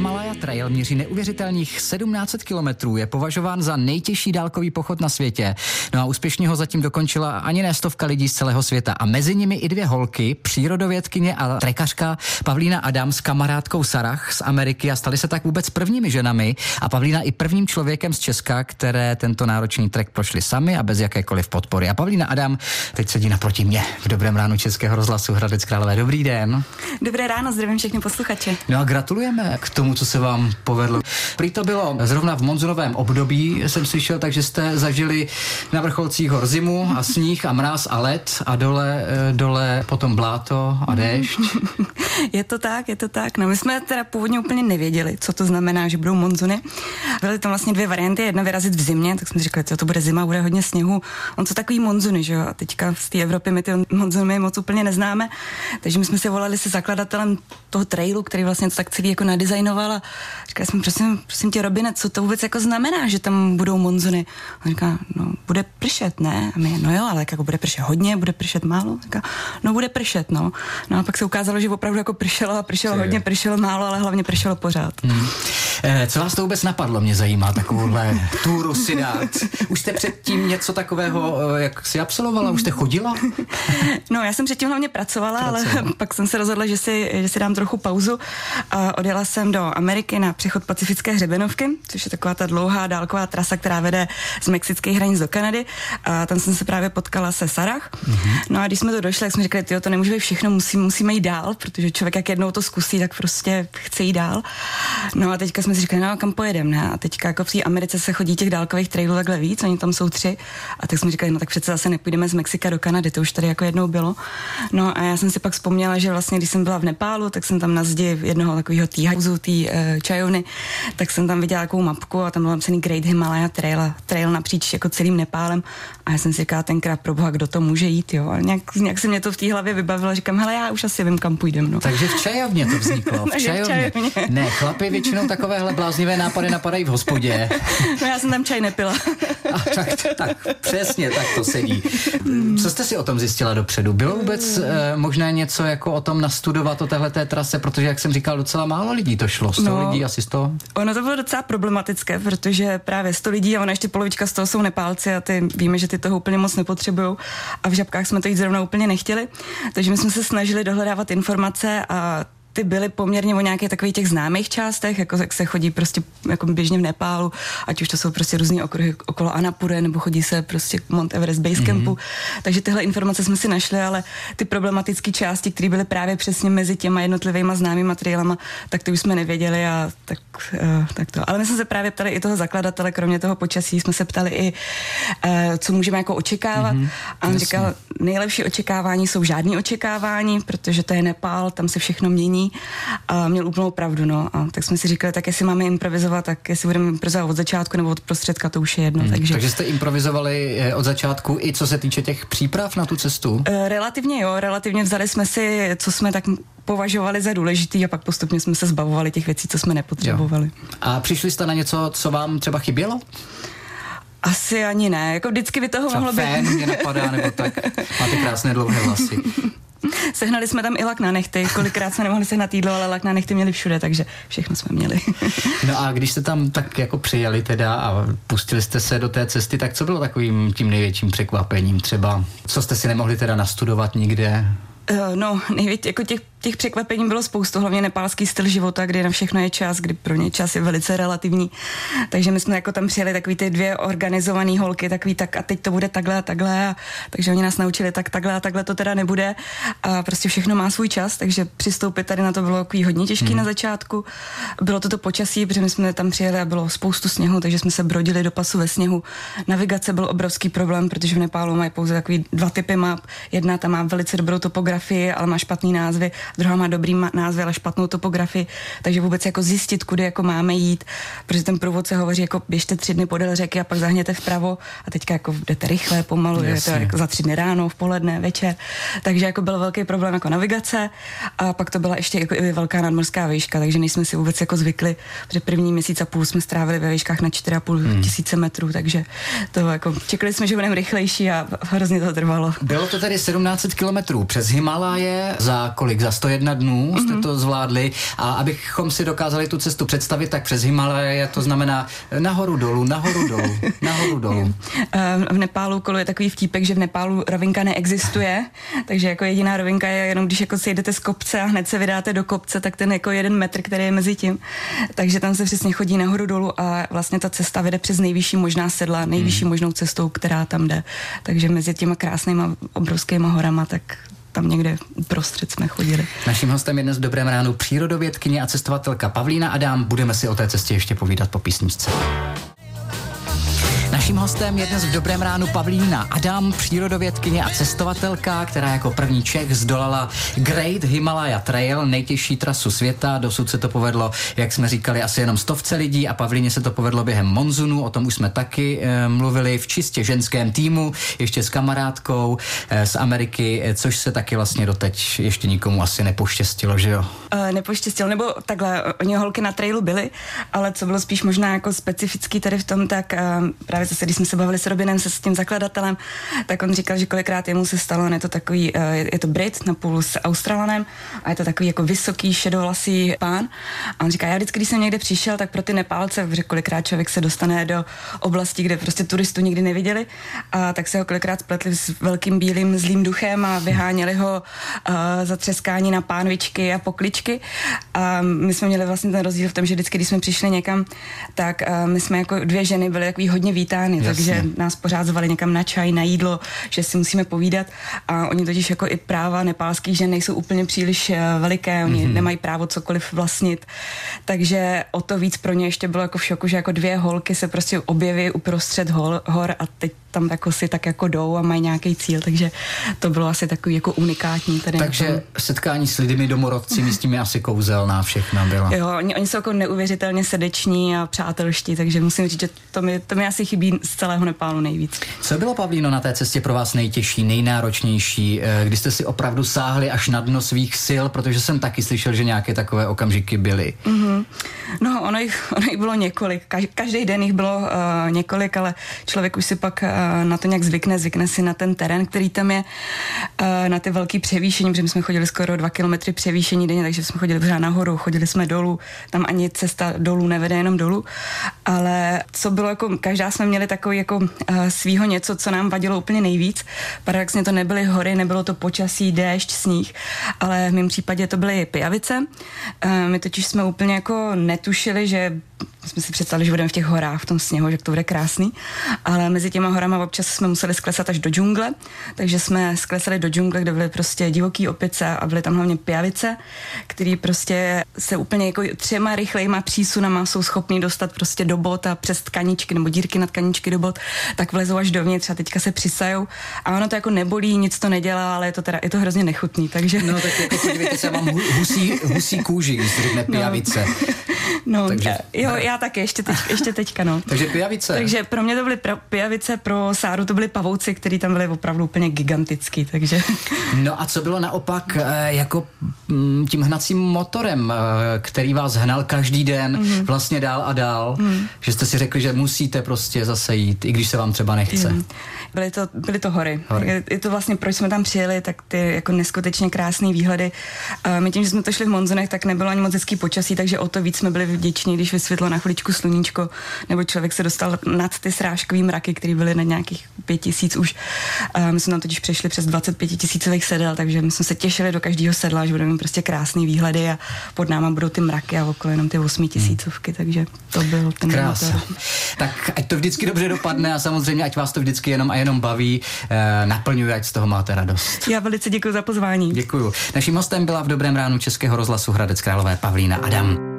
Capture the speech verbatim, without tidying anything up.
Himalaya Trail měří neuvěřitelných sedmnáct set kilometrů, je považován za nejtěžší dálkový pochod na světě. No a úspěšně ho zatím dokončila ani ne stovka lidí z celého světa. A mezi nimi i dvě holky, přírodovědkyně a trekařka Pavlína Adam s kamarádkou Sarah z Ameriky a staly se tak vůbec prvními ženami a Pavlína i prvním člověkem z Česka, které tento náročný trek prošli sami a bez jakékoliv podpory. A Pavlína Adam teď sedí naproti mě v Dobrém ránu Českého rozhlasu Hradec Králové. Dobrý den. Dobré ráno, zdravím všechny posluchače. No a gratulujeme k tomu, co se vám povedlo. Prý to bylo zrovna v monzunovém období, jsem slyšel, takže jste zažili na vrcholcích hor zimu a sníh a mráz a led a dole, dole potom bláto a déšť. Je to tak, je to tak. No my jsme teda původně úplně nevěděli, co to znamená, že budou monzuny. Byly tam vlastně dvě varianty, jedna vyrazit v zimě, tak jsme si říkali, co to bude zima, bude hodně sněhu. On co takový monzuny, že jo? A teďka z té Evropy my ty monzuny moc úplně neznáme, takže my jsme si volali se zakladatelem toho trailu, který vlastně to tak celý jako nadizajnoval a říkali jsme, prosím, prosím tě, Robine, co to vůbec jako znamená, že tam budou monzuny? A on říká, no bude pršet, ne? A my, no jo, ale jako bude pršet hodně, bude pršet málo? A říká, no bude pršet, no. No a pak se ukázalo, že opravdu jako pršelo a pršelo hodně, pršelo málo, ale hlavně pršelo pořád. Hmm. Eh, co vás to vůbec napadlo, mě zajímá, takovouhle túru si dát? Už jste předtím něco takového, jak si absolvovala? Už jste chodila? No, já jsem předtím hlavně pracovala, pracovala. ale pak jsem se rozhodla, že si, že si dám trochu pauzu a odjela jsem do Ameriky na přechod Pacifické hřebenovky, což je taková ta dlouhá dálková trasa, která vede z mexických hranic do Kanady. A tam jsem se právě potkala se Sarah. Mm-hmm. No a když jsme to došli, tak jsme řekli, tyjo, to nemůže být všechno, musí, musíme jít dál, protože člověk jak jednou to zkusí, tak prostě chce jít dál. No a teďka jsme si říkali, no kam pojedeme, ne? A teďka jako v té Americe se chodí těch dálkových trailů takhle víc, oni tam jsou tři. A tak jsme říkali, no tak přece zase nepůjdeme z Mexika do Kanady, to už tady jako jednou bylo. No a já jsem si pak vzpomněla, že vlastně když jsem byla v Nepálu, tak jsem tam na zdi jednoho takového týhazu, tý uh, čajovny, tak jsem tam viděla takovou mapku a tam byl napsaný Great Himalaya Trail, trail napříč jako celým Nepálem. A já jsem si říkala tenkrát, proboha, kdo to může jít, jo. A nějak, nějak se mě to v té hlavě vybavilo, říkám, hele, já už asi vím, kam půjdem, no. Takže v čajovně to vzniklo, v čajovně. v čajovně. Ne, chlapi většinou takovéhle bláznivé nápady napadají v hospodě. No já jsem tam čaj nepila. A tak, tak, přesně, tak to sedí. Co jste si o tom zjistila dopředu? Bylo vůbec eh, možné něco jako o tom nastudovat o téhleté trase, protože, jak jsem říkal, docela málo lidí to šlo, sto no, lidí, asi sto? Ono to bylo docela problematické, protože právě sto lidí a ono ještě polovička z toho jsou Nepálci a ty víme, že ty toho úplně moc nepotřebujou a v Žabkách jsme to jít zrovna úplně nechtěli, takže my jsme se snažili dohledávat informace a ty byly poměrně o nějakých takových těch známých částech, jako jak se chodí prostě jako běžně v Nepálu, ať už to jsou prostě různý okruhy okolo Annapure, nebo chodí se prostě Mount Everest Base Campu. Mm-hmm. Takže tyhle informace jsme si našli, ale ty problematické části, které byly právě přesně mezi těma jednotlivýma známýma trailama, tak ty už jsme nevěděli a tak, uh, tak to. Ale my jsme se právě ptali i toho zakladatele, kromě toho počasí, jsme se ptali i, uh, co můžeme jako očekávat. Mm-hmm. A on říkal, nejlepší očekávání jsou žádný očekávání, protože to je Nepál, tam se všechno mění. A měl úplnou pravdu, no. A tak jsme si říkali, tak jestli máme improvizovat, tak jestli budeme improvizovat od začátku nebo od prostředka, to už je jedno. Hmm, takže... takže jste improvizovali od začátku i co se týče těch příprav na tu cestu? E, relativně jo, relativně vzali jsme si, co jsme tak považovali za důležitý a pak postupně jsme se zbavovali těch věcí, co jsme nepotřebovali. Jo. A přišli jste na něco, co vám třeba chybělo? Asi ani ne, jako vždycky by toho třeba mohlo být. Fén mě napadá, nebo tak. Máte krásné dlouhé vlasy. Sehnali jsme tam i lak na nechty, kolikrát jsme nemohli sehnat jídlo, ale lak na nechty měli všude, takže všechno jsme měli. No a když jste tam tak jako přijeli teda a pustili jste se do té cesty, tak co bylo takovým tím největším překvapením třeba? Co jste si nemohli teda nastudovat nikde? No, největší, jako těch, těch překvapení bylo spoustu, hlavně nepálský styl života, kdy na všechno je čas, kdy pro ně čas je velice relativní. Takže my jsme jako tam přijeli takový ty dvě organizované holky, takový tak a teď to bude takhle a takhle. A, takže oni nás naučili tak takhle a takhle to teda nebude. A prostě všechno má svůj čas, takže přistoupit tady na to bylo takový hodně těžký hmm. na začátku. Bylo to to počasí, protože my jsme tam přijeli a bylo spoustu sněhu, takže jsme se brodili do pasu ve sněhu. Navigace byl obrovský problém, protože v Nepálu mají pouze takový dva typy map. Jedna tam má velice dobrou topografii, ale má špatný názvy, druhá má dobrý názvy, ale špatnou topografii, takže vůbec jako zjistit, kudy jako máme jít, protože ten průvodce hovoří jako běžte tři dny podél řeky a pak zahněte vpravo a teďka jako jdete rychle, pomalu, je to jako za tři dny ráno, v poledne, večer, takže jako byl velký problém jako navigace a pak to byla ještě jako i velká nadmořská výška, takže nejsme si vůbec jako zvykli, protože první měsíc a půl jsme strávili ve výškách na čtyři a půl hmm. tisíce metrů, takže to jako čekali jsme, že budeme rychlejší a hrozně to trvalo. Bylo to tedy sedmnáct set kilometrů přes Himaláje za kolik? Za sto jedna dnů jste mm-hmm. to zvládli a abychom si dokázali tu cestu představit, tak přes Himalaje to znamená nahoru dolů, nahoru dolů, nahoru dolů. V Nepálu koluje takový vtípek, že v Nepálu rovinka neexistuje, takže jako jediná rovinka je jenom, když jako sejdete z kopce a hned se vydáte do kopce, tak ten jako jeden metr, který je mezi tím. Takže tam se přesně chodí nahoru dolů a vlastně ta cesta vede přes nejvyšší možná sedla, nejvyšší hmm. možnou cestou, která tam jde. Takže mezi těma krásnýma obrovskýma horama, tak tam někde uprostřed jsme chodili. Naším hostem je dnes v Dobrém ránu přírodovědkyně a cestovatelka Pavlína Adam. Budeme si o té cestě ještě povídat po písničce. Naším hostem je dnes v Dobrém ránu Pavlína Adam, přírodovědkyně a cestovatelka, která jako první Čech zdolala Great Himalaya Trail, nejtěžší trasu světa. Dosud se to povedlo, jak jsme říkali, asi jenom stovce lidí a Pavlíně se to povedlo během monzunu, o tom už jsme taky e, mluvili v čistě ženském týmu, ještě s kamarádkou e, z Ameriky, e, což se taky vlastně doteď ještě nikomu asi nepoštěstilo, že jo? E, nepoštěstilo, nebo takhle, oni holky na trailu byly, ale co bylo spíš možná jako specifický tady v tom, tak e, právě zase, když jsme se bavili s Robinem, se s tím zakladatelem, tak on říkal, že kolikrát jemu se stalo, on je to takový, je to Brit napůl s Australanem a je to takový jako vysoký, šedovlasý pán. A on říká, já vždycky, když jsem někde přišel, tak pro ty Nepálce, že kolikrát člověk se dostane do oblasti, kde prostě turistu nikdy neviděli, a tak se ho kolikrát spletli s velkým bílým zlým duchem a vyháněli ho uh, za třeskání na pánvičky a pokličky. A my jsme měli vlastně ten rozdíl v tom, že vždycky, když jsme přišli někam, tak uh, my jsme jako dvě ženy byly takový hodně vítány. Jasně. Takže nás pořád zvali někam na čaj, na jídlo, že si musíme povídat a oni totiž jako i práva nepálských žen nejsou úplně příliš veliké, oni mm-hmm. nemají právo cokoliv vlastnit, takže o to víc pro ně ještě bylo jako v šoku, že jako dvě holky se prostě objeví uprostřed hor, hor a teď tam jako si tak jako jdou a mají nějaký cíl, takže to bylo asi takový jako unikátní. Tady takže setkání s lidmi, domorodci, s tím je asi kouzelná všechna byla. Jo, oni, oni jsou jako neuvěřitelně srdeční a přátelští, takže musím říct, že to mi, to mi asi chybí z celého Nepálu nejvíc. Co bylo, Pavlíno, na té cestě pro vás nejtěžší, nejnáročnější, kdy jste si opravdu sáhli až na dno svých sil, protože jsem taky slyšel, že nějaké takové okamžiky byly. Mm-hmm. No, ono jich, ono jich bylo několik. Každý den jich bylo uh, několik, ale člověk už si pak uh, na to nějak zvykne, zvykne si na ten terén, který tam je, uh, na ty velký převýšení, protože my jsme chodili skoro dva kilometry převýšení denně, takže jsme chodili pořád nahoru, chodili jsme dolů, tam ani cesta dolů nevede, jenom dolů, ale co bylo jako, každá jsme měli takový jako uh, svýho něco, co nám vadilo úplně nejvíc. Paradoxně to nebyly hory, nebylo to počasí, déšť, sníh, ale v mém případě to byly pijavice. Uh, my totiž jsme úplně jako netušili, že jsme si představili, že budeme v těch horách, v tom sněhu, že to bude krásný, ale mezi těma horama občas jsme museli sklesat až do džungle, takže jsme sklesali do džungle, kde byly prostě divoký opice a byly tam hlavně pijavice, který prostě se úplně jako třema rychlejma přísunama jsou schopní dostat prostě do bot a přes tkaničky nebo dírky na tkaničky do bot, tak vlezou až dovnitř a teďka se přisajou a ono to jako nebolí, nic to nedělá, ale je to teda, je to hrozně nechutný, takže... No tak jako podívejte se, mám husí, husí kůži, když se řekne pijavice. No, no takže... jo, já taky, ještě, teď, ještě teďka, no. Takže pijavice. Takže pro mě to byly pra- pijavice, pro Sáru to byly pavouci, který tam byly opravdu úplně gigantický, takže... No a co bylo naopak jako tím hnacím motorem, který vás hnal každý den mm. vlastně dál a dál, mm. že jste si řekli, že musíte prostě zase jít, i když se vám třeba nechce. Mm. Byly to, byly to hory. hory. Je, je to vlastně, proč jsme tam přijeli, tak ty jako neskutečně krásné výhledy. A my tím, že jsme to šli v monzunech, tak nebylo ani moc hezký počasí, takže o to víc jsme byli vděční, když vysvětlo na chviličku sluníčko, nebo člověk se dostal nad ty srážkový mraky, které byly na nějakých pět tisíc už. A my jsme tam totiž přešli přes dvacet pět tisícových sedel, takže my jsme se těšili do každého sedla, že budeme mít prostě krásný výhledy a pod náma budou ty mraky a okolo jenom ty osmitisícovky, takže to byl ten motor. Tak ať to vždycky dobře dopadne a samozřejmě ať vás to vždycky jenom a jenom baví, eh, naplňuje, ať z toho máte radost. Já velice děkuji za pozvání. Děkuju. Naším hostem byla v Dobrém ránu Českého rozhlasu Hradec Králové Pavlína Adam.